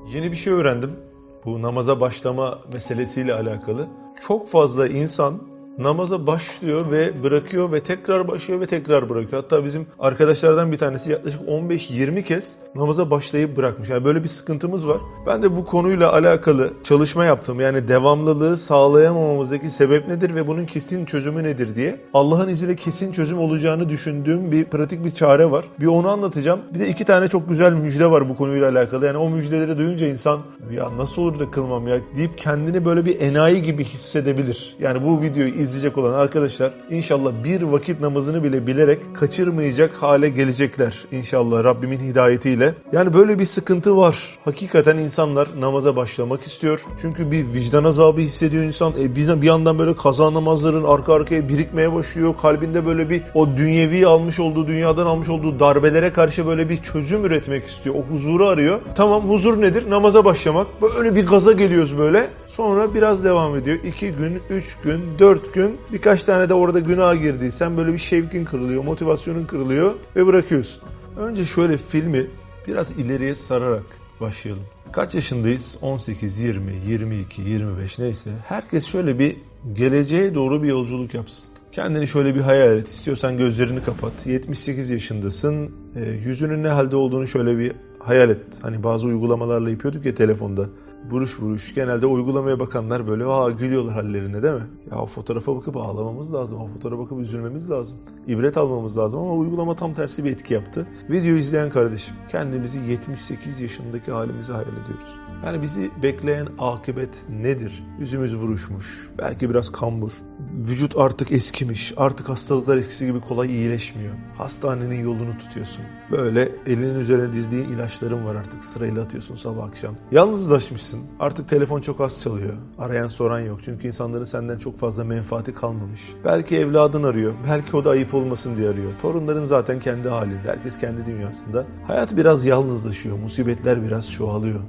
Yeni bir şey öğrendim. Bu namaza başlama meselesiyle alakalı. Çok fazla insan namaza başlıyor ve bırakıyor ve tekrar başlıyor ve tekrar bırakıyor. Hatta bizim arkadaşlardan bir tanesi yaklaşık 15-20 kez namaza başlayıp bırakmış. Yani böyle bir sıkıntımız var. Ben de bu konuyla alakalı çalışma yaptım. Yani devamlılığı sağlayamamamızdaki sebep nedir ve bunun kesin çözümü nedir diye. Allah'ın izniyle kesin çözüm olacağını düşündüğüm bir pratik bir çare var. Bir onu anlatacağım. Bir de 2 tane çok güzel müjde var bu konuyla alakalı. Yani o müjdeleri duyunca insan ya nasıl olur da kılmam ya deyip kendini böyle bir enayi gibi hissedebilir. Yani bu videoyu izleyecek olan arkadaşlar inşallah bir vakit namazını bile bilerek kaçırmayacak hale gelecekler inşallah Rabbimin hidayetiyle. Yani böyle bir sıkıntı var. Hakikaten insanlar namaza başlamak istiyor. Çünkü bir vicdan azabı hissediyor insan. Bir yandan böyle kaza namazların arka arkaya birikmeye başlıyor. Kalbinde böyle bir o dünyevi dünyadan almış olduğu darbelere karşı böyle bir çözüm üretmek istiyor. O huzuru arıyor. Tamam, huzur nedir? Namaza başlamak. Böyle bir gaza geliyoruz böyle. Sonra biraz devam ediyor. 2 gün, 3 gün, 4 gün, birkaç tane de orada günaha girdiysen böyle bir şevkin kırılıyor, motivasyonun kırılıyor ve bırakıyorsun. Önce şöyle filmi biraz ileriye sararak başlayalım. Kaç yaşındayız? 18, 20, 22, 25 neyse. Herkes şöyle bir geleceğe doğru bir yolculuk yapsın. Kendini şöyle bir hayal et. İstiyorsan gözlerini kapat. 78 yaşındasın. Yüzünün ne halde olduğunu şöyle bir hayal et. Hani bazı uygulamalarla yapıyorduk ya telefonda. Buruş buruş. Genelde uygulamaya bakanlar böyle gülüyorlar hallerine değil mi? Ya o fotoğrafa bakıp ağlamamız lazım. O fotoğrafa bakıp üzülmemiz lazım. İbret almamız lazım ama uygulama tam tersi bir etki yaptı. Videoyu izleyen kardeşim, kendimizi 78 yaşındaki halimizi hayal ediyoruz. Yani bizi bekleyen akıbet nedir? Yüzümüz buruşmuş. Belki biraz kambur. Vücut artık eskimiş. Artık hastalıklar eskisi gibi kolay iyileşmiyor. Hastanenin yolunu tutuyorsun. Böyle elinin üzerine dizdiğin ilaçların var artık. Sırayla atıyorsun sabah akşam. Yalnızlaşmışsın. Artık telefon çok az çalıyor. Arayan soran yok. Çünkü insanların senden çok fazla menfaati kalmamış. Belki evladın arıyor. Belki o da ayıp olmasın diye arıyor. Torunların zaten kendi halinde. Herkes kendi dünyasında. Hayat biraz yalnızlaşıyor. Musibetler biraz çoğalıyor.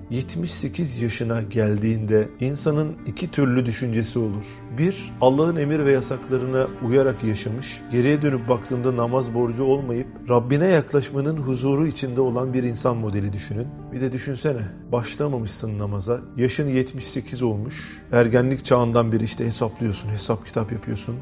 78 yaşına geldiğinde insanın 2 türlü düşüncesi olur. Bir, Allah'ın emir ve yasaklarına uyarak yaşamış, geriye dönüp baktığında namaz borcu olmayıp Rabbine yaklaşmanın huzuru içinde olan bir insan modeli düşünün. Bir de düşünsene, başlamamışsın namaza, yaşın 78 olmuş, ergenlik çağından beri işte hesaplıyorsun, hesap kitap yapıyorsun.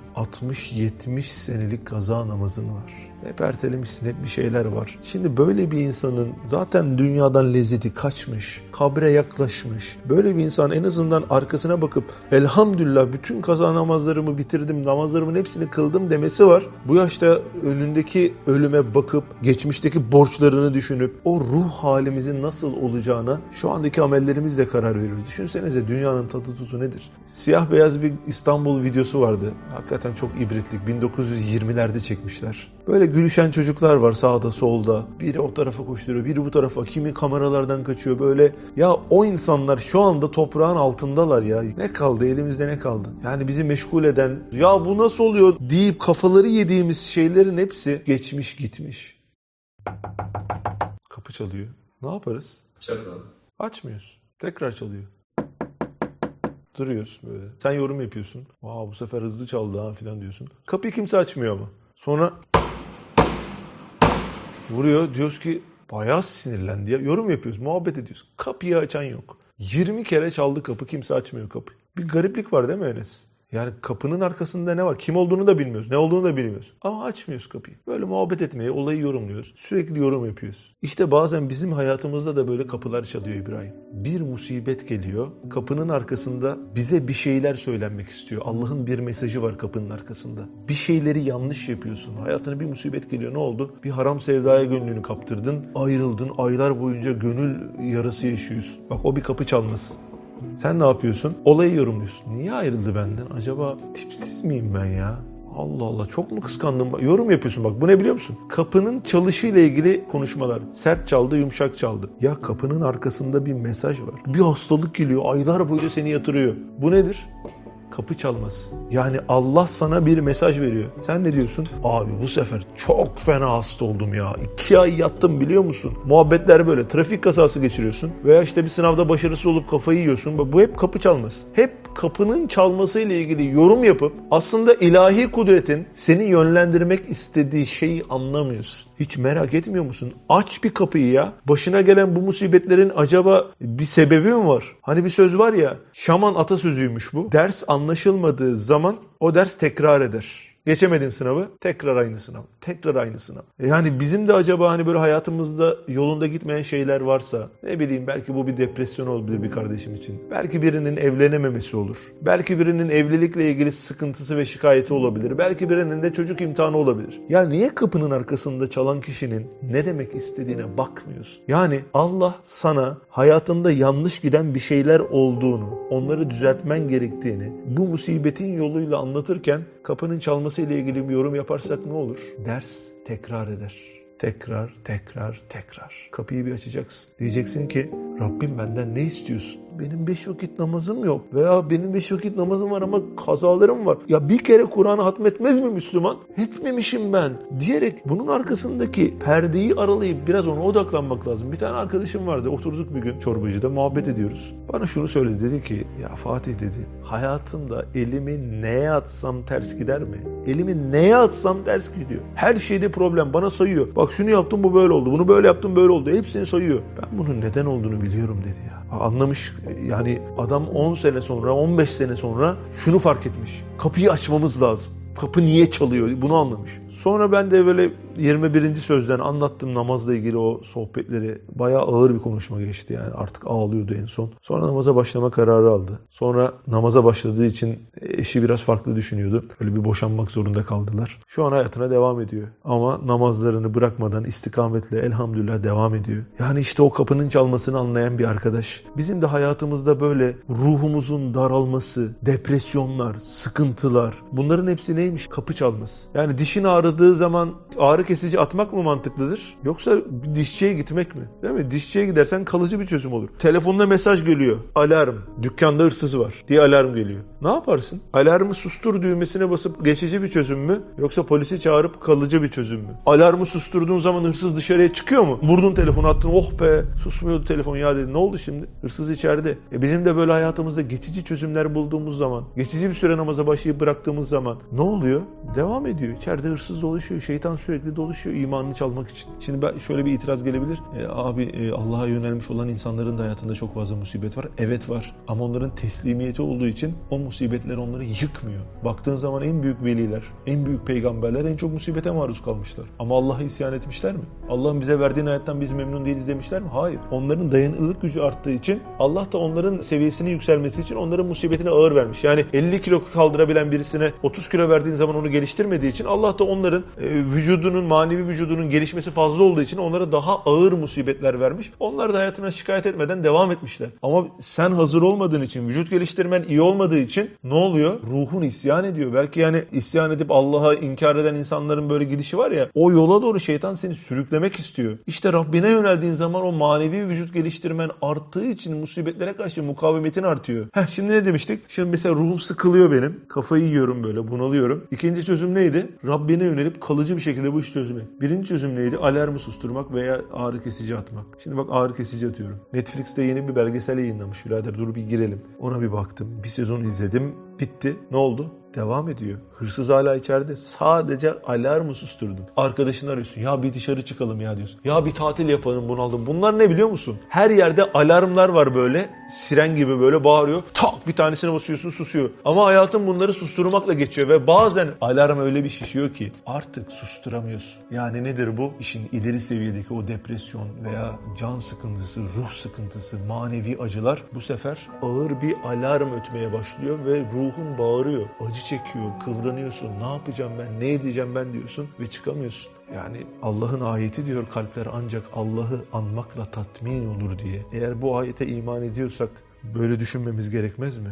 60-70 senelik kaza namazın var. Hep ertelemişsin, hep bir şeyler var. Şimdi böyle bir insanın zaten dünyadan lezzeti kaçmış, kabre yaklaşmış. Böyle bir insan en azından arkasına bakıp elhamdülillah bütün kaza namazlarımı bitirdim, namazlarımın hepsini kıldım demesi var. Bu yaşta önündeki ölüme bakıp, geçmişteki borçlarını düşünüp, o ruh halimizin nasıl olacağına şu andaki amellerimizle karar veriyoruz. Düşünsenize dünyanın tadı tuzu nedir? Siyah beyaz bir İstanbul videosu vardı. Hakikaten çok ibretlik. 1920'lerde çekmişler. Böyle gülüşen çocuklar var sağda solda. Biri o tarafa koşturuyor, biri bu tarafa. Kimi kameralardan kaçıyor böyle. Ya o insanlar şu anda toprağın altındalar ya. Ne kaldı? Elimizde ne kaldı? Yani bizi meşgul eden, ya bu nasıl oluyor deyip kafaları yediğimiz şeylerin hepsi geçmiş gitmiş. Kapı çalıyor. Ne yaparız? Çalalım. Açmıyoruz. Tekrar çalıyor. Duruyoruz böyle. Sen yorum yapıyorsun. Bu sefer hızlı çaldı ha filan diyorsun. Kapıyı kimse açmıyor ama. Sonra vuruyor. Diyoruz ki bayağı sinirlendi ya. Yorum yapıyoruz. Muhabbet ediyoruz. Kapıyı açan yok. 20 kere çaldı kapı. Kimse açmıyor kapıyı. Bir gariplik var değil mi Enes? Yani kapının arkasında ne var? Kim olduğunu da bilmiyoruz. Ne olduğunu da bilmiyoruz. Ama açmıyoruz kapıyı. Böyle muhabbet etmeye, olayı yorumluyoruz. Sürekli yorum yapıyoruz. İşte bazen bizim hayatımızda da böyle kapılar çalıyor İbrahim. Bir musibet geliyor. Kapının arkasında bize bir şeyler söylenmek istiyor. Allah'ın bir mesajı var kapının arkasında. Bir şeyleri yanlış yapıyorsun. Hayatına bir musibet geliyor. Ne oldu? Bir haram sevdaya gönlünü kaptırdın. Ayrıldın. Aylar boyunca gönül yarası yaşıyorsun. Bak o bir kapı çalması. Sen ne yapıyorsun? Olayı yorumluyorsun. Niye ayrıldı benden? Acaba tipsiz miyim ben ya? Allah Allah, çok mu kıskandım? Yorum yapıyorsun bak. Bu ne biliyor musun? Kapının çalışıyla ilgili konuşmalar. Sert çaldı, yumuşak çaldı. Ya kapının arkasında bir mesaj var. Bir hastalık geliyor. Aylar boyunca seni yatırıyor. Bu nedir? Kapı çalması. Yani Allah sana bir mesaj veriyor. Sen ne diyorsun? Abi bu sefer çok fena hasta oldum ya. 2 ay yattım biliyor musun? Muhabbetler böyle. Trafik kazası geçiriyorsun. Veya işte bir sınavda başarısız olup kafayı yiyorsun. Bak bu hep kapı çalması. Hep kapının çalmasıyla ilgili yorum yapıp aslında ilahi kudretin seni yönlendirmek istediği şeyi anlamıyorsun. Hiç merak etmiyor musun? Aç bir kapıyı ya. Başına gelen bu musibetlerin acaba bir sebebi mi var? Hani bir söz var ya, şaman atasözüymüş bu. Ders anlaşılmadığı zaman o ders tekrar eder. Geçemedin sınavı, tekrar aynı sınav. Tekrar aynı sınav. Yani bizim de acaba hani böyle hayatımızda yolunda gitmeyen şeyler varsa, ne bileyim belki bu bir depresyon olabilir bir kardeşim için. Belki birinin evlenememesi olur. Belki birinin evlilikle ilgili sıkıntısı ve şikayeti olabilir. Belki birinin de çocuk imtihanı olabilir. Ya niye kapının arkasında çalan kişinin ne demek istediğine bakmıyorsun? Yani Allah sana hayatında yanlış giden bir şeyler olduğunu, onları düzeltmen gerektiğini bu musibetin yoluyla anlatırken kapının çalması ile ilgili bir yorum yaparsak ne olur? Ders tekrar eder. Tekrar, tekrar, tekrar. Kapıyı bir açacaksın. Diyeceksin ki Rabbim benden ne istiyorsun? Benim 5 vakit namazım yok. Veya benim 5 vakit namazım var ama kazalarım var. Ya bir kere Kur'an'ı hatmetmez mi Müslüman? Etmemişim ben. Diyerek bunun arkasındaki perdeyi aralayıp biraz ona odaklanmak lazım. Bir tane arkadaşım vardı. Oturduk bir gün çorbacıda muhabbet ediyoruz. Bana şunu söyledi. Dedi ki ya Fatih dedi. Hayatımda elimi neye atsam ters gider mi? Elimi neye atsam ters gidiyor. Her şeyde problem. Bana sayıyor. Bak şunu yaptım bu böyle oldu. Bunu böyle yaptım böyle oldu. Hepsini sayıyor. Ben bunun neden olduğunu biliyorum dedi ya. Anlamış yani adam 10 sene sonra 15 sene sonra şunu fark etmiş. Kapıyı açmamız lazım. Kapı niye çalıyor bunu anlamış. Sonra ben de böyle 21. sözden anlattım namazla ilgili o sohbetleri. Bayağı ağır bir konuşma geçti yani artık ağlıyordu en son. Sonra namaza başlama kararı aldı. Sonra namaza başladığı için eşi biraz farklı düşünüyordu. Öyle bir boşanmak zorunda kaldılar. Şu an hayatına devam ediyor. Ama namazlarını bırakmadan istikametle elhamdülillah devam ediyor. Yani işte o kapının çalmasını anlayan bir arkadaş. Bizim de hayatımızda böyle ruhumuzun daralması, depresyonlar, sıkıntılar bunların hepsi neymiş? Kapı çalması. Yani dişin ağrıdığı zaman ağrı kesici atmak mı mantıklıdır? Yoksa dişçiye gitmek mi? Değil mi? Dişçiye gidersen kalıcı bir çözüm olur. Telefonda mesaj geliyor. Alarm. Dükkanda hırsız var diye alarm geliyor. Ne yaparsın? Alarmı sustur düğmesine basıp geçici bir çözüm mü? Yoksa polisi çağırıp kalıcı bir çözüm mü? Alarmı susturduğun zaman hırsız dışarıya çıkıyor mu? Vurdun telefonu attın. Oh be susmuyordu telefon ya dedi. Ne oldu şimdi? Hırsız içeride. Bizim de böyle hayatımızda geçici çözümler bulduğumuz zaman, geçici bir süre namaza başlayıp bıraktığımız zaman ne oluyor? Devam ediyor. İçeride hırsız dolaşıyor. Şeytan sürekli dolaşıyor imanını çalmak için. Şimdi ben şöyle bir itiraz gelebilir. Allah'a yönelmiş olan insanların da hayatında çok fazla musibet var. Evet var. Ama onların teslimiyeti olduğu için o musibetler onları yıkmıyor. Baktığın zaman en büyük veliler, en büyük peygamberler en çok musibete maruz kalmışlar. Ama Allah'a isyan etmişler mi? Allah'ın bize verdiğin hayattan biz memnun değiliz demişler mi? Hayır. Onların dayanıklılık gücü arttığı için Allah da onların seviyesini yükselmesi için onların musibetini ağır vermiş. Yani 50 kilo kaldırabilen birisine 30 kilo verdiğin zaman onu geliştirmediği için Allah da onların vücudunun, manevi vücudunun gelişmesi fazla olduğu için onlara daha ağır musibetler vermiş. Onlar da hayatına şikayet etmeden devam etmişler. Ama sen hazır olmadığın için, vücut geliştirmen iyi olmadığı için ne oluyor? Ruhun isyan ediyor. Belki yani isyan edip Allah'a inkar eden insanların böyle gidişi var ya, o yola doğru şeytan seni sürüklemek istiyor. İşte Rabbine yöneldiğin zaman o manevi vücut geliştirmen arttığı için musibetlere karşı mukavemetin artıyor. Şimdi ne demiştik? Şimdi mesela ruhum sıkılıyor benim. Kafayı yiyorum böyle, bunalıyorum. İkinci çözüm neydi? Rabbine yönelip kalıcı bir şekilde bu işi çözmek. Birinci çözüm neydi? Alarmı susturmak veya ağrı kesici atmak. Şimdi bak ağrı kesici atıyorum. Netflix'te yeni bir belgesel yayınlamış birader. Dur bir girelim. Ona bir baktım. Bir sezon izledim. Bitti. Ne oldu? Devam ediyor. Hırsız hala içeride. Sadece alarmı susturdun. Arkadaşını arıyorsun. Ya bir dışarı çıkalım ya diyorsun. Ya bir tatil yapalım bunaldım. Bunlar ne biliyor musun? Her yerde alarmlar var böyle. Siren gibi böyle bağırıyor. Tak bir tanesine basıyorsun susuyor. Ama hayatın bunları susturmakla geçiyor. Ve bazen alarm öyle bir şişiyor ki artık susturamıyorsun. Yani nedir bu? İşin ileri seviyedeki o depresyon veya can sıkıntısı, ruh sıkıntısı, manevi acılar bu sefer ağır bir alarm ötmeye başlıyor ve ruhun bağırıyor. Acı çekiyor, kıvranıyorsun. Ne yapacağım ben, ne edeceğim ben diyorsun ve çıkamıyorsun. Yani Allah'ın ayeti diyor kalpler ancak Allah'ı anmakla tatmin olur diye. Eğer bu ayete iman ediyorsak böyle düşünmemiz gerekmez mi?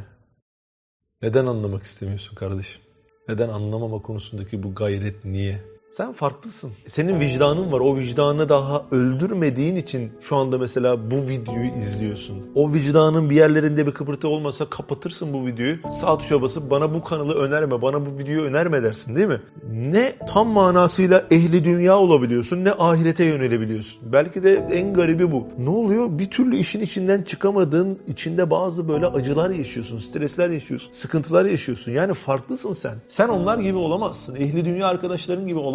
Neden anlamak istemiyorsun kardeşim? Neden anlamama konusundaki bu gayret niye? Sen farklısın. Senin vicdanın var. O vicdanı daha öldürmediğin için şu anda mesela bu videoyu izliyorsun. O vicdanın bir yerlerinde bir kıpırtı olmasa kapatırsın bu videoyu. Sağ tuşa basıp bana bu kanalı önerme, bana bu videoyu önerme dersin değil mi? Ne tam manasıyla ehli dünya olabiliyorsun ne ahirete yönelebiliyorsun. Belki de en garibi bu. Ne oluyor? Bir türlü işin içinden çıkamadığın içinde bazı böyle acılar yaşıyorsun, stresler yaşıyorsun, sıkıntılar yaşıyorsun. Yani farklısın sen. Sen onlar gibi olamazsın. Ehli dünya arkadaşların gibi olamazsın.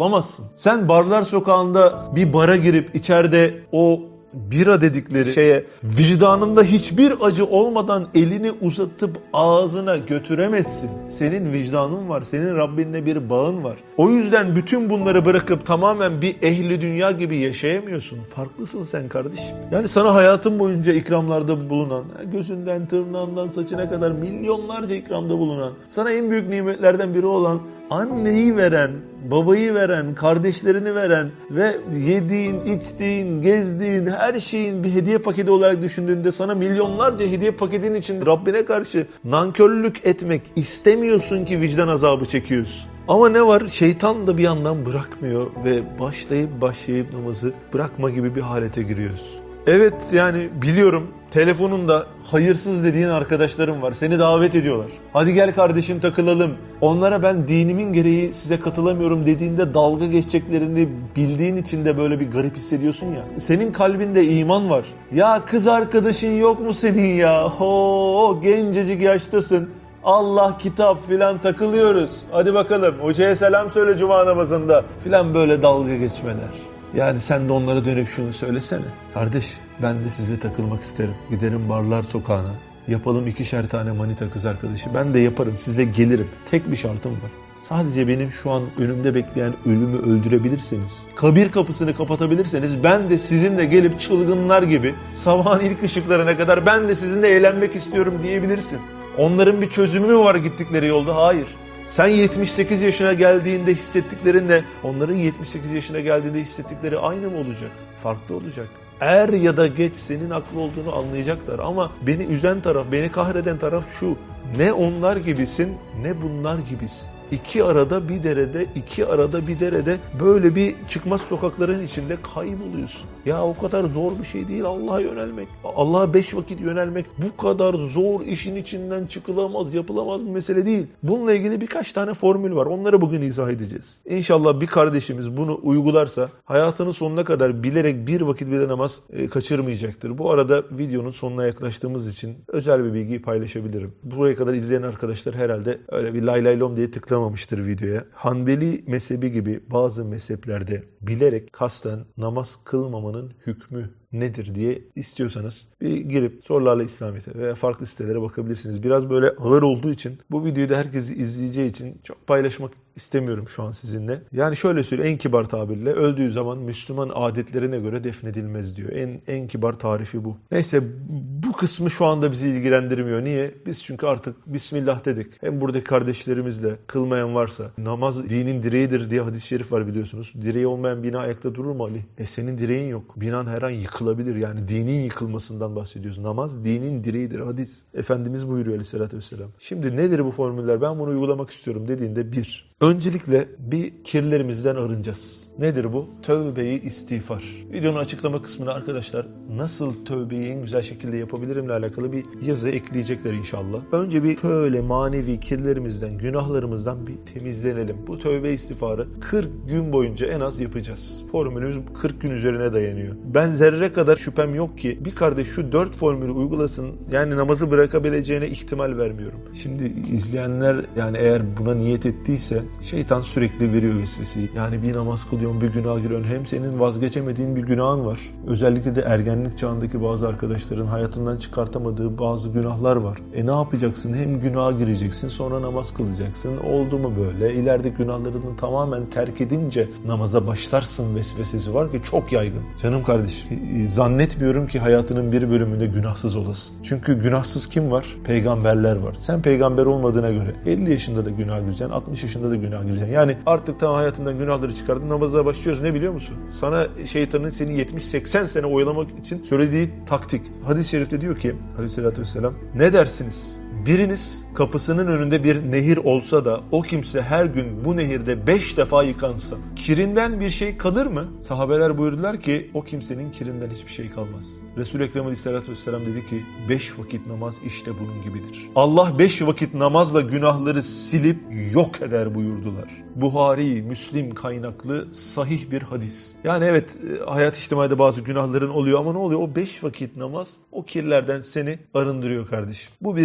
olamazsın. Sen Barlar Sokağı'nda bir bara girip içeride o bira dedikleri şeye vicdanında hiçbir acı olmadan elini uzatıp ağzına götüremezsin. Senin vicdanın var, senin Rabbinle bir bağın var. O yüzden bütün bunları bırakıp tamamen bir ehli dünya gibi yaşayamıyorsun. Farklısın sen kardeşim. Yani sana hayatın boyunca ikramlarda bulunan, gözünden, tırnağından, saçına kadar milyonlarca ikramda bulunan, sana en büyük nimetlerden biri olan anneyi veren, babayı veren, kardeşlerini veren ve yediğin, içtiğin, gezdiğin her şeyin bir hediye paketi olarak düşündüğünde sana milyonlarca hediye paketinin için Rabbine karşı nankörlük etmek istemiyorsun ki vicdan azabı çekiyorsun. Ama ne var? Şeytan da bir yandan bırakmıyor ve başlayıp namazı bırakma gibi bir halete giriyoruz. Evet, yani biliyorum telefonunda hayırsız dediğin arkadaşlarım var. Seni davet ediyorlar. Hadi gel kardeşim takılalım. Onlara ben dinimin gereği size katılamıyorum dediğinde dalga geçeceklerini bildiğin için de böyle bir garip hissediyorsun ya. Senin kalbinde iman var. Ya kız arkadaşın yok mu senin ya? Gencecik yaştasın. Allah, kitap filan takılıyoruz. Hadi bakalım hocaya selam söyle cuma namazında filan, böyle dalga geçmeler. Yani sen de onlara dönüp şunu söylesene. Kardeş, ben de size takılmak isterim. Giderim Barlar Sokağı'na. Yapalım 2'şer tane manita kız arkadaşı. Ben de yaparım, sizle gelirim. Tek bir şartım var. Sadece benim şu an önümde bekleyen ölümü öldürebilirseniz, kabir kapısını kapatabilirseniz, ben de sizinle gelip çılgınlar gibi sabahın ilk ışıklarına kadar ben de sizinle eğlenmek istiyorum diyebilirsin. Onların bir çözümü mü var gittikleri yolda? Hayır. Sen 78 yaşına geldiğinde hissettiklerinle onların 78 yaşına geldiğinde hissettikleri aynı mı olacak? Farklı olacak. Er ya da geç senin haklı olduğunu anlayacaklar. Ama beni üzen taraf, beni kahreden taraf şu: ne onlar gibisin ne bunlar gibisin. İki arada bir derede böyle bir çıkmaz sokakların içinde kayboluyorsun. Ya o kadar zor bir şey değil Allah'a yönelmek. Allah'a 5 vakit yönelmek bu kadar zor, işin içinden çıkılamaz, yapılamaz bir mesele değil. Bununla ilgili birkaç tane formül var. Onları bugün izah edeceğiz. İnşallah bir kardeşimiz bunu uygularsa hayatının sonuna kadar bilerek bir vakit bile namaz kaçırmayacaktır. Bu arada videonun sonuna yaklaştığımız için özel bir bilgiyi paylaşabilirim. Buraya kadar izleyen arkadaşlar herhalde öyle bir lay lay lom diye tıklamamıştır videoya. Hanbeli mezhebi gibi bazı mezheplerde bilerek kasten namaz kılmamanın hükmü nedir diye istiyorsanız bir girip Sorularla İslamiyet'e veya farklı sitelere bakabilirsiniz. Biraz böyle ağır olduğu için bu videoyu da herkes izleyeceği için çok paylaşmak istemiyorum şu an sizinle. Yani şöyle söyleyeyim, en kibar tabirle öldüğü zaman Müslüman adetlerine göre defnedilmez diyor. En kibar tarifi bu. Neyse, bu kısmı şu anda bizi ilgilendirmiyor. Niye? Biz çünkü artık Bismillah dedik. Hem buradaki kardeşlerimizle kılmayan varsa, namaz dinin direğidir diye hadis-i şerif var biliyorsunuz. Direği olmayan bina ayakta durur mu Ali? Senin direğin yok. Binan her an yıkılabilir. Yani dinin yıkılmasından bahsediyoruz. Namaz dinin direğidir. Hadis. Efendimiz buyuruyor aleyhissalatü vesselam. Şimdi nedir bu formüller? Ben bunu uygulamak istiyorum dediğinde öncelikle bir kirlerimizden arınacağız. Nedir bu? Tövbe-i istiğfar. Videonun açıklama kısmına arkadaşlar nasıl tövbeyi en güzel şekilde yapabilirimle alakalı bir yazı ekleyecekler inşallah. Önce bir şöyle manevi kirlerimizden, günahlarımızdan bir temizlenelim. Bu tövbe istiğfarı 40 gün boyunca en az yapacağız. Formülümüz 40 gün üzerine dayanıyor. Ben zerre kadar şüphem yok ki bir kardeş şu 4 formülü uygulasın, yani namazı bırakabileceğine ihtimal vermiyorum. Şimdi izleyenler, yani eğer buna niyet ettiyse şeytan sürekli veriyor vesveseyi. Yani bir namaz kılıyorsun, bir günah giriyorsun. Hem senin vazgeçemediğin bir günahın var. Özellikle de ergenlik çağındaki bazı arkadaşların hayatından çıkartamadığı bazı günahlar var. Ne yapacaksın? Hem günaha gireceksin, sonra namaz kılacaksın. Oldu mu böyle? İleride günahlarını tamamen terk edince namaza başlarsın vesvesesi var ki çok yaygın. Canım kardeşim, zannetmiyorum ki hayatının bir bölümünde günahsız olasın. Çünkü günahsız kim var? Peygamberler var. Sen peygamber olmadığına göre 50 yaşında da günah gireceksin, 60 yaşında da günah gireceksin. Yani artık tam hayatından günahları çıkardın, namaza başlıyoruz. Ne biliyor musun? Sana şeytanın seni 70-80 sene oyalamak için söylediği taktik. Hadis-i şerifte diyor ki aleyhissalatü vesselam, ne dersiniz? Biriniz kapısının önünde bir nehir olsa da o kimse her gün bu nehirde 5 defa yıkansa kirinden bir şey kalır mı? Sahabeler buyurdular ki o kimsenin kirinden hiçbir şey kalmaz. Resul-i Ekrem Aleyhisselatü Vesselam dedi ki 5 vakit namaz işte bunun gibidir. Allah 5 vakit namazla günahları silip yok eder buyurdular. Buhari, Müslim kaynaklı sahih bir hadis. Yani evet, hayat içtimaide bazı günahların oluyor ama ne oluyor? O 5 vakit namaz o kirlerden seni arındırıyor kardeşim. Bu birinci formül.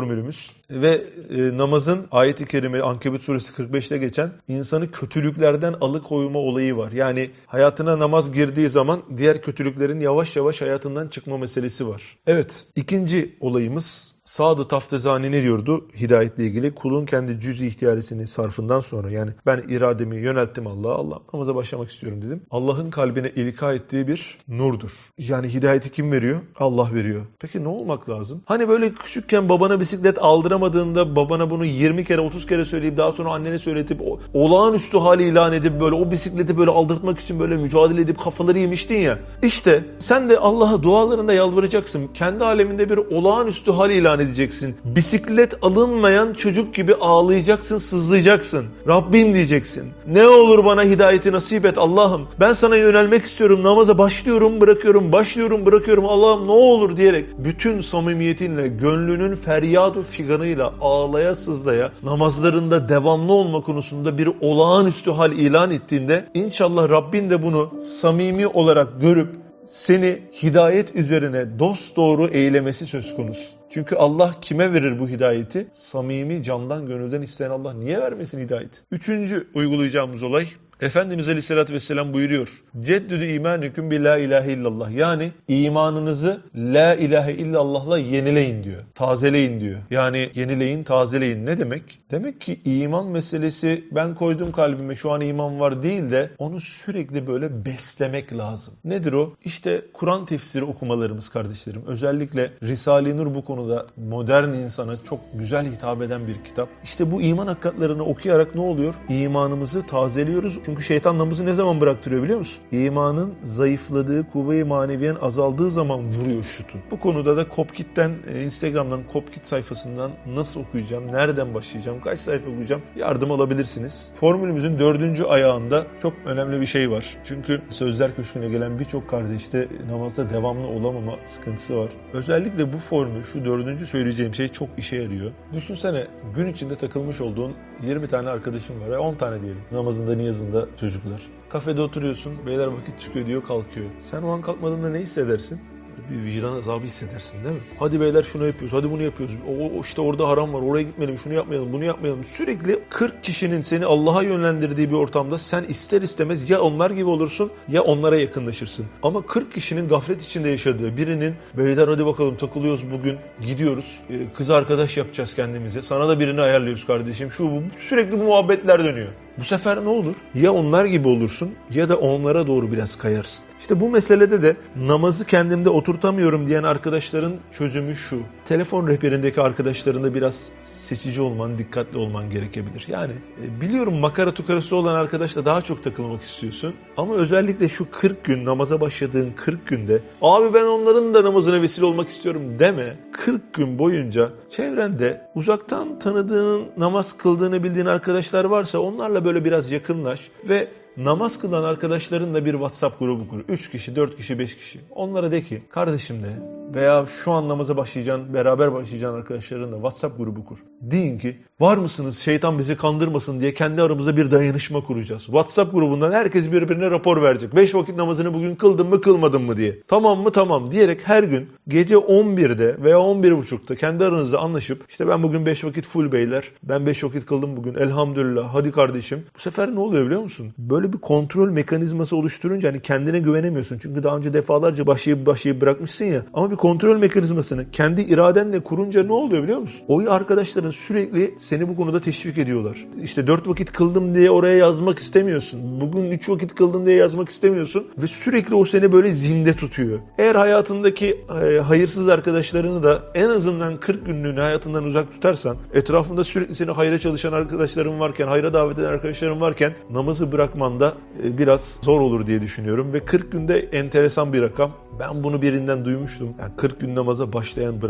formülümüz ve namazın ayet-i kerime Ankebut suresi 45'te geçen insanı kötülüklerden alıkoyma olayı var. Yani hayatına namaz girdiği zaman diğer kötülüklerin yavaş yavaş hayatından çıkma meselesi var. Evet, ikinci olayımız Saad-ı Taftezani ne diyordu hidayetle ilgili? Kulun kendi cüz-i ihtiyarısını sarfından sonra, yani ben irademi yönelttim Allah namaza başlamak istiyorum dedim. Allah'ın kalbine ilka ettiği bir nurdur. Yani hidayeti kim veriyor? Allah veriyor. Peki ne olmak lazım? Hani böyle küçükken babana bisiklet aldıramadığında babana bunu 20 kere 30 kere söyleyip daha sonra annene söyletip olağanüstü hali ilan edip böyle o bisikleti böyle aldırtmak için böyle mücadele edip kafaları yemiştin ya. İşte sen de Allah'a dualarında yalvaracaksın. Kendi aleminde bir olağanüstü hal ilan edeceksin. Bisiklet alınmayan çocuk gibi ağlayacaksın, sızlayacaksın. Rabbim diyeceksin. Ne olur bana hidayeti nasip et Allah'ım. Ben sana yönelmek istiyorum. Namaza başlıyorum, bırakıyorum. Başlıyorum, bırakıyorum. Allah'ım ne olur diyerek bütün samimiyetinle, gönlünün feryadu figanıyla ağlaya sızlaya namazlarında devamlı olma konusunda bir olağanüstü hal ilan ettiğinde inşallah Rabbin de bunu samimi olarak görüp seni hidayet üzerine dosdoğru eylemesi söz konusu. Çünkü Allah kime verir bu hidayeti? Samimi, candan, gönülden isteyen Allah niye vermesin hidayeti? Üçüncü uygulayacağımız olay, Efendimiz Aleyhisselatü Vesselam buyuruyor. Ceddüdü imanüküm bi la ilahe illallah. Yani imanınızı la ilahe illallah'la yenileyin diyor. Tazeleyin diyor. Yani yenileyin, tazeleyin. Ne demek? Demek ki iman meselesi ben koydum kalbime şu an iman var değil de onu sürekli böyle beslemek lazım. Nedir o? İşte Kur'an tefsiri okumalarımız kardeşlerim. Özellikle Risale-i Nur bu konuda modern insana çok güzel hitap eden bir kitap. İşte bu iman hakikatlerini okuyarak ne oluyor? İmanımızı tazeliyoruz. Çünkü şeytan namazı ne zaman bıraktırıyor biliyor musun? İmanın zayıfladığı, kuvve-i maneviyen azaldığı zaman vuruyor şutun. Bu konuda da Kopkit'ten, Instagram'dan Kopkit sayfasından nasıl okuyacağım, nereden başlayacağım, kaç sayfa okuyacağım yardım alabilirsiniz. Formülümüzün 4. ayağında çok önemli bir şey var. Çünkü Sözler Köşkü'ne gelen birçok kardeşte namazda devamlı olamama sıkıntısı var. Özellikle bu formül, şu 4. söyleyeceğim şey çok işe yarıyor. Düşünsene gün içinde takılmış olduğun 20 tane arkadaşın var ya 10 tane diyelim. Namazında, niyazında çocuklar. Kafede oturuyorsun, beyler vakit çıkıyor diyor kalkıyor. Sen o an kalkmadığında ne hissedersin? Bir vicdan azabı hissedersin değil mi? Hadi beyler şunu yapıyoruz, hadi bunu yapıyoruz. İşte orada haram var, oraya gitmeyelim, şunu yapmayalım, bunu yapmayalım. Sürekli 40 kişinin seni Allah'a yönlendirdiği bir ortamda sen ister istemez ya onlar gibi olursun ya onlara yakınlaşırsın. Ama 40 kişinin gaflet içinde yaşadığı birinin beyler hadi bakalım takılıyoruz bugün, gidiyoruz, kız arkadaş yapacağız kendimize. Sana da birini ayarlıyoruz kardeşim, şu bu. Sürekli bu muhabbetler dönüyor. Bu sefer ne olur? Ya onlar gibi olursun ya da onlara doğru biraz kayarsın. İşte bu meselede de namazı kendimde oturtamıyorum diyen arkadaşların çözümü şu. Telefon rehberindeki arkadaşlarında biraz seçici olman, dikkatli olman gerekebilir. Yani biliyorum makara tukarası olan arkadaşla daha çok takılmak istiyorsun. Ama özellikle şu 40 gün, namaza başladığın 40 günde abi ben onların da namazına vesile olmak istiyorum deme. 40 gün boyunca çevrende uzaktan tanıdığın, namaz kıldığını bildiğin arkadaşlar varsa onlarla böyle biraz yakınlaş ve namaz kılan arkadaşlarınla bir WhatsApp grubu kur. 3 kişi, 4 kişi, 5 kişi. Onlara de ki kardeşim de veya şu an namaza başlayacağın, beraber başlayacağın arkadaşlarınla WhatsApp grubu kur. Deyin ki var mısınız şeytan bizi kandırmasın diye kendi aramızda bir dayanışma kuracağız. WhatsApp grubundan herkes birbirine rapor verecek. 5 vakit namazını bugün kıldın mı kılmadın mı diye. Tamam mı tamam diyerek her gün gece 11'de veya 11.30'da kendi aranızda anlaşıp işte ben bugün 5 vakit full beyler, ben 5 vakit kıldım bugün elhamdülillah hadi kardeşim. Bu sefer ne oluyor biliyor musun? Böyle bir kontrol mekanizması oluşturunca hani kendine güvenemiyorsun. Çünkü daha önce defalarca başlayıp bırakmışsın ya. Ama bir kontrol mekanizmasını kendi iradenle kurunca ne oluyor biliyor musun? O arkadaşların sürekli seni bu konuda teşvik ediyorlar. İşte 4 vakit kıldım diye oraya yazmak istemiyorsun. Bugün 3 vakit kıldım diye yazmak istemiyorsun. Ve sürekli o seni böyle zinde tutuyor. Eğer hayatındaki hayırsız arkadaşlarını da en azından 40 günlüğüne hayatından uzak tutarsan, etrafında sürekli seni hayra çalışan arkadaşların varken, hayra davet eden arkadaşların varken namazı bırakman da biraz zor olur diye düşünüyorum. Ve 40 günde enteresan bir rakam. Ben bunu birinden duymuştum. Yani 40 gün namaza başlayan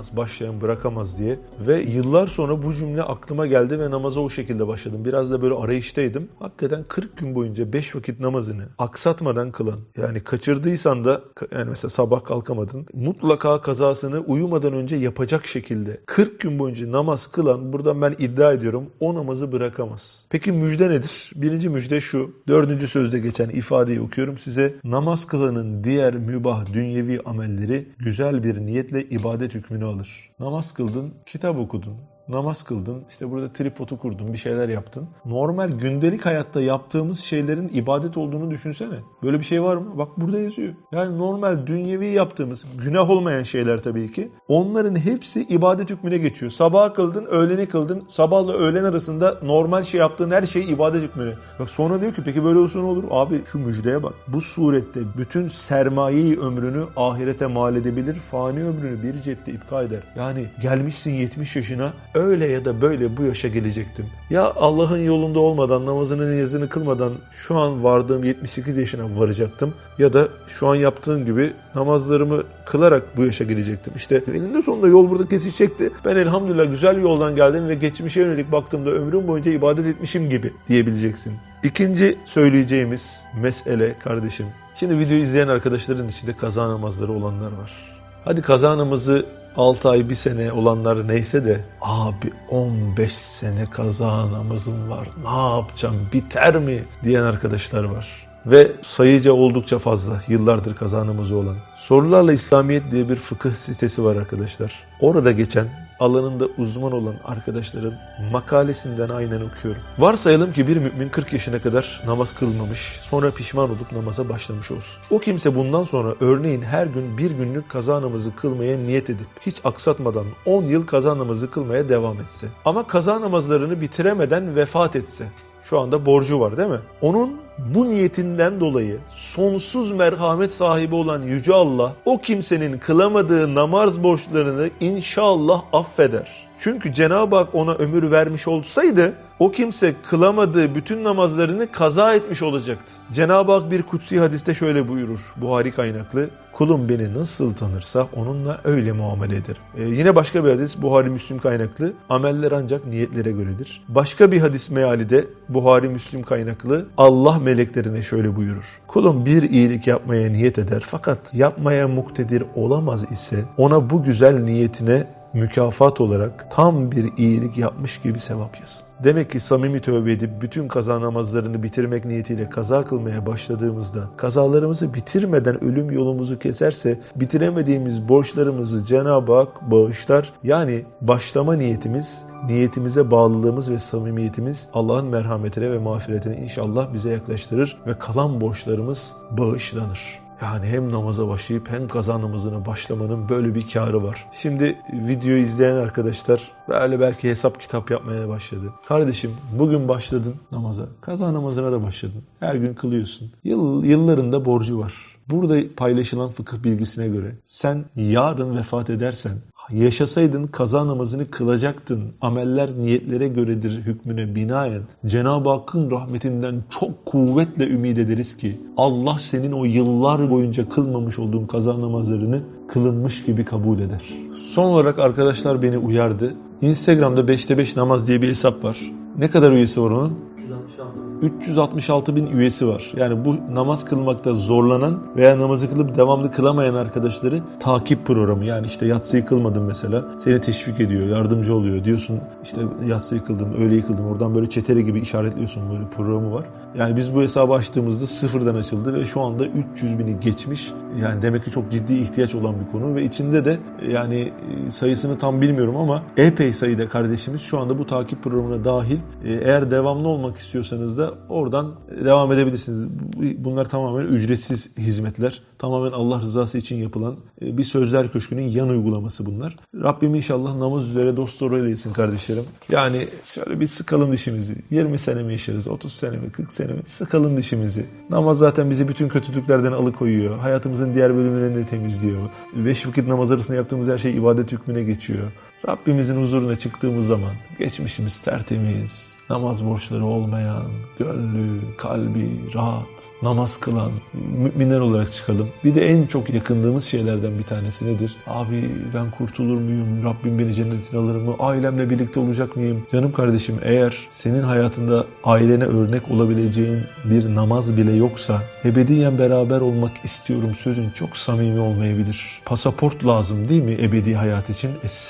bırakamaz diye. Ve yıllar sonra bu cümle aklıma geldi ve namaza o şekilde başladım. Biraz da böyle arayıştaydım. Hakikaten 40 gün boyunca 5 vakit namazını aksatmadan kılan, yani kaçırdıysan da yani mesela sabah kalkamadın, mutlaka kazasını uyumadan önce yapacak şekilde 40 gün boyunca namaz kılan, buradan ben iddia ediyorum, o namazı bırakamaz. Peki müjde nedir? Birinci müjde şu. 4. sözde geçen ifadeyi okuyorum size. Namaz kılanın diğer mübah dünyevi amelleri güzel güzel bir niyetle ibadet hükmünü alır. Namaz kıldın, kitap okudun. Namaz kıldın, işte burada tripodu kurdun, bir şeyler yaptın. Normal gündelik hayatta yaptığımız şeylerin ibadet olduğunu düşünsene. Böyle bir şey var mı? Bak burada yazıyor. Yani normal dünyevi yaptığımız, günah olmayan şeyler tabii ki. Onların hepsi ibadet hükmüne geçiyor. Sabaha kıldın, öğleni kıldın. Sabahla öğlen arasında normal şey yaptığın her şey ibadet hükmüne. Bak sonra diyor ki peki böyle olsa ne olur? Abi şu müjdeye bak. Bu surette bütün sermayeyi ömrünü ahirete mal edebilir. Fani ömrünü bir cette ipka eder. Yani gelmişsin 70 yaşına. Öyle ya da böyle bu yaşa gelecektim. Ya Allah'ın yolunda olmadan, namazını niyazını kılmadan şu an vardığım 78 yaşına varacaktım. Ya da şu an yaptığım gibi namazlarımı kılarak bu yaşa gelecektim. İşte eninde sonunda yol burada kesişecekti. Ben elhamdülillah güzel bir yoldan geldim ve geçmişe yönelik baktığımda ömrüm boyunca ibadet etmişim gibi diyebileceksin. İkinci söyleyeceğimiz mesele kardeşim. Şimdi videoyu izleyen arkadaşların içinde kaza namazları olanlar var. Hadi kaza namazı 6 ay, 1 sene olanlar neyse de abi 15 sene kaza namazım var. Ne yapacağım? Biter mi? Diyen arkadaşlar var. Ve sayıca oldukça fazla yıllardır kaza namazı olan. Sorularla İslamiyet diye bir fıkıh sitesi var arkadaşlar. Orada geçen alanında uzman olan arkadaşların makalesinden aynen okuyorum. Varsayalım ki bir mümin 40 yaşına kadar namaz kılmamış, sonra pişman olup namaza başlamış olsun. O kimse bundan sonra örneğin her gün bir günlük kaza namazı kılmaya niyet edip hiç aksatmadan 10 yıl kaza namazı kılmaya devam etse. Ama kaza namazlarını bitiremeden vefat etse. Şu anda borcu var değil mi? Onun bu niyetinden dolayı sonsuz merhamet sahibi olan Yüce Allah o kimsenin kılamadığı namaz borçlarını inşallah affeder. Çünkü Cenab-ı Hak ona ömür vermiş olsaydı o kimse kılamadığı bütün namazlarını kaza etmiş olacaktı. Cenab-ı Hak bir kutsi hadiste şöyle buyurur. Buhari kaynaklı. Kulum beni nasıl tanırsa onunla öyle muamele ederim. Yine başka bir hadis Buhari Müslim kaynaklı. Ameller ancak niyetlere göredir. Başka bir hadis meali de Buhari Müslim kaynaklı. Allah meleklerine şöyle buyurur. Kulum bir iyilik yapmaya niyet eder fakat yapmaya muktedir olamaz ise ona bu güzel niyetine mükafat olarak tam bir iyilik yapmış gibi sevap yazın. Demek ki samimi tövbe edip bütün kaza namazlarını bitirmek niyetiyle kaza kılmaya başladığımızda kazalarımızı bitirmeden ölüm yolumuzu keserse bitiremediğimiz borçlarımızı Cenab-ı Hak bağışlar. Yani başlama niyetimiz, niyetimize bağlılığımız ve samimiyetimiz Allah'ın merhametine ve mağfiretine inşallah bize yaklaştırır ve kalan borçlarımız bağışlanır. Yani hem namaza başlayıp hem kaza namazına başlamanın böyle bir kârı var. Şimdi videoyu izleyen arkadaşlar böyle belki hesap kitap yapmaya başladı. Kardeşim bugün başladın namaza. Kaza namazına da başladın. Her gün kılıyorsun. Yıllarında borcu var. Burada paylaşılan fıkıh bilgisine göre sen yarın vefat edersen yaşasaydın kaza namazını kılacaktın. Ameller niyetlere göredir hükmüne binaen. Cenab-ı Hakk'ın rahmetinden çok kuvvetle ümit ederiz ki Allah senin o yıllar boyunca kılmamış olduğun kaza namazlarını kılınmış gibi kabul eder. Son olarak arkadaşlar beni uyardı. Instagram'da 5'te 5 namaz diye bir hesap var. Ne kadar üyesi var onun? 366 bin üyesi var. Yani bu namaz kılmakta zorlanan veya namazı kılıp devamlı kılamayan arkadaşları takip programı. Yani işte yatsıyı kılmadın mesela. Seni teşvik ediyor, yardımcı oluyor. Diyorsun işte yatsıyı kıldım, öğleyi kıldım. Oradan böyle çetele gibi işaretliyorsun, böyle programı var. Yani biz bu hesabı açtığımızda sıfırdan açıldı ve şu anda 300 bini geçmiş. Yani demek ki çok ciddi ihtiyaç olan bir konu ve içinde de yani sayısını tam bilmiyorum ama epey sayıda kardeşimiz şu anda bu takip programına dahil. Eğer devamlı olmak istiyorsanız da oradan devam edebilirsiniz. Bunlar tamamen ücretsiz hizmetler. Tamamen Allah rızası için yapılan bir Sözler Köşkü'nün yan uygulaması bunlar. Rabbim inşallah namaz üzere dost doğru eylesin kardeşlerim. Yani şöyle bir sıkalım dişimizi. 20 sene mi yaşarız, 30 sene mi, 40 sene mi? Sıkalım dişimizi. Namaz zaten bizi bütün kötülüklerden alıkoyuyor. Hayatımızın diğer bölümlerini de temizliyor. 5 vakit namaz arasında yaptığımız her şey ibadet hükmüne geçiyor. Rabbimizin huzuruna çıktığımız zaman geçmişimiz tertemiz, namaz borçları olmayan, gönlü, kalbi rahat, namaz kılan müminler olarak çıkalım. Bir de en çok yakındığımız şeylerden bir tanesi nedir? Abi ben kurtulur muyum? Rabbim beni cennetine alır mı? Ailemle birlikte olacak mıyım? Canım kardeşim eğer senin hayatında ailene örnek olabileceğin bir namaz bile yoksa ebediyen beraber olmak istiyorum sözün çok samimi olmayabilir. Pasaport lazım değil mi ebedi hayat için? Sen pasaport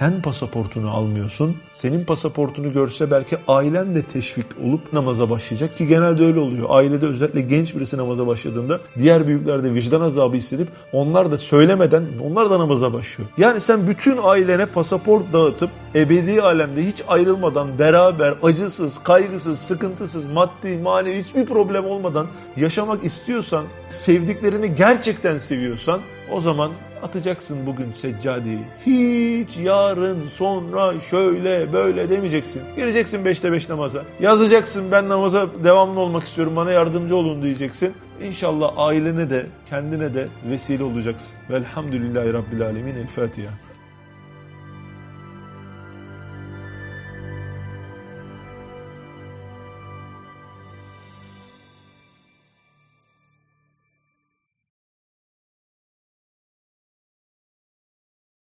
pasaportunu almıyorsun. Senin pasaportunu görse belki ailen de teşvik olup namaza başlayacak ki genelde öyle oluyor. Ailede özellikle genç birisi namaza başladığında diğer büyükler de vicdan azabı hissedip onlar da söylemeden onlar da namaza başlıyor. Yani sen bütün ailene pasaport dağıtıp ebedi alemde hiç ayrılmadan beraber acısız, kaygısız, sıkıntısız, maddi, manevi hiçbir problem olmadan yaşamak istiyorsan, sevdiklerini gerçekten seviyorsan o zaman atacaksın bugün seccadeyi. Hiç yarın, sonra, şöyle, böyle demeyeceksin. Gireceksin 5'te 5 namaza. Yazacaksın ben namaza devamlı olmak istiyorum, bana yardımcı olun diyeceksin. İnşallah ailene de, kendine de vesile olacaksın. Velhamdülillahi Rabbil Alemin. El Fatiha.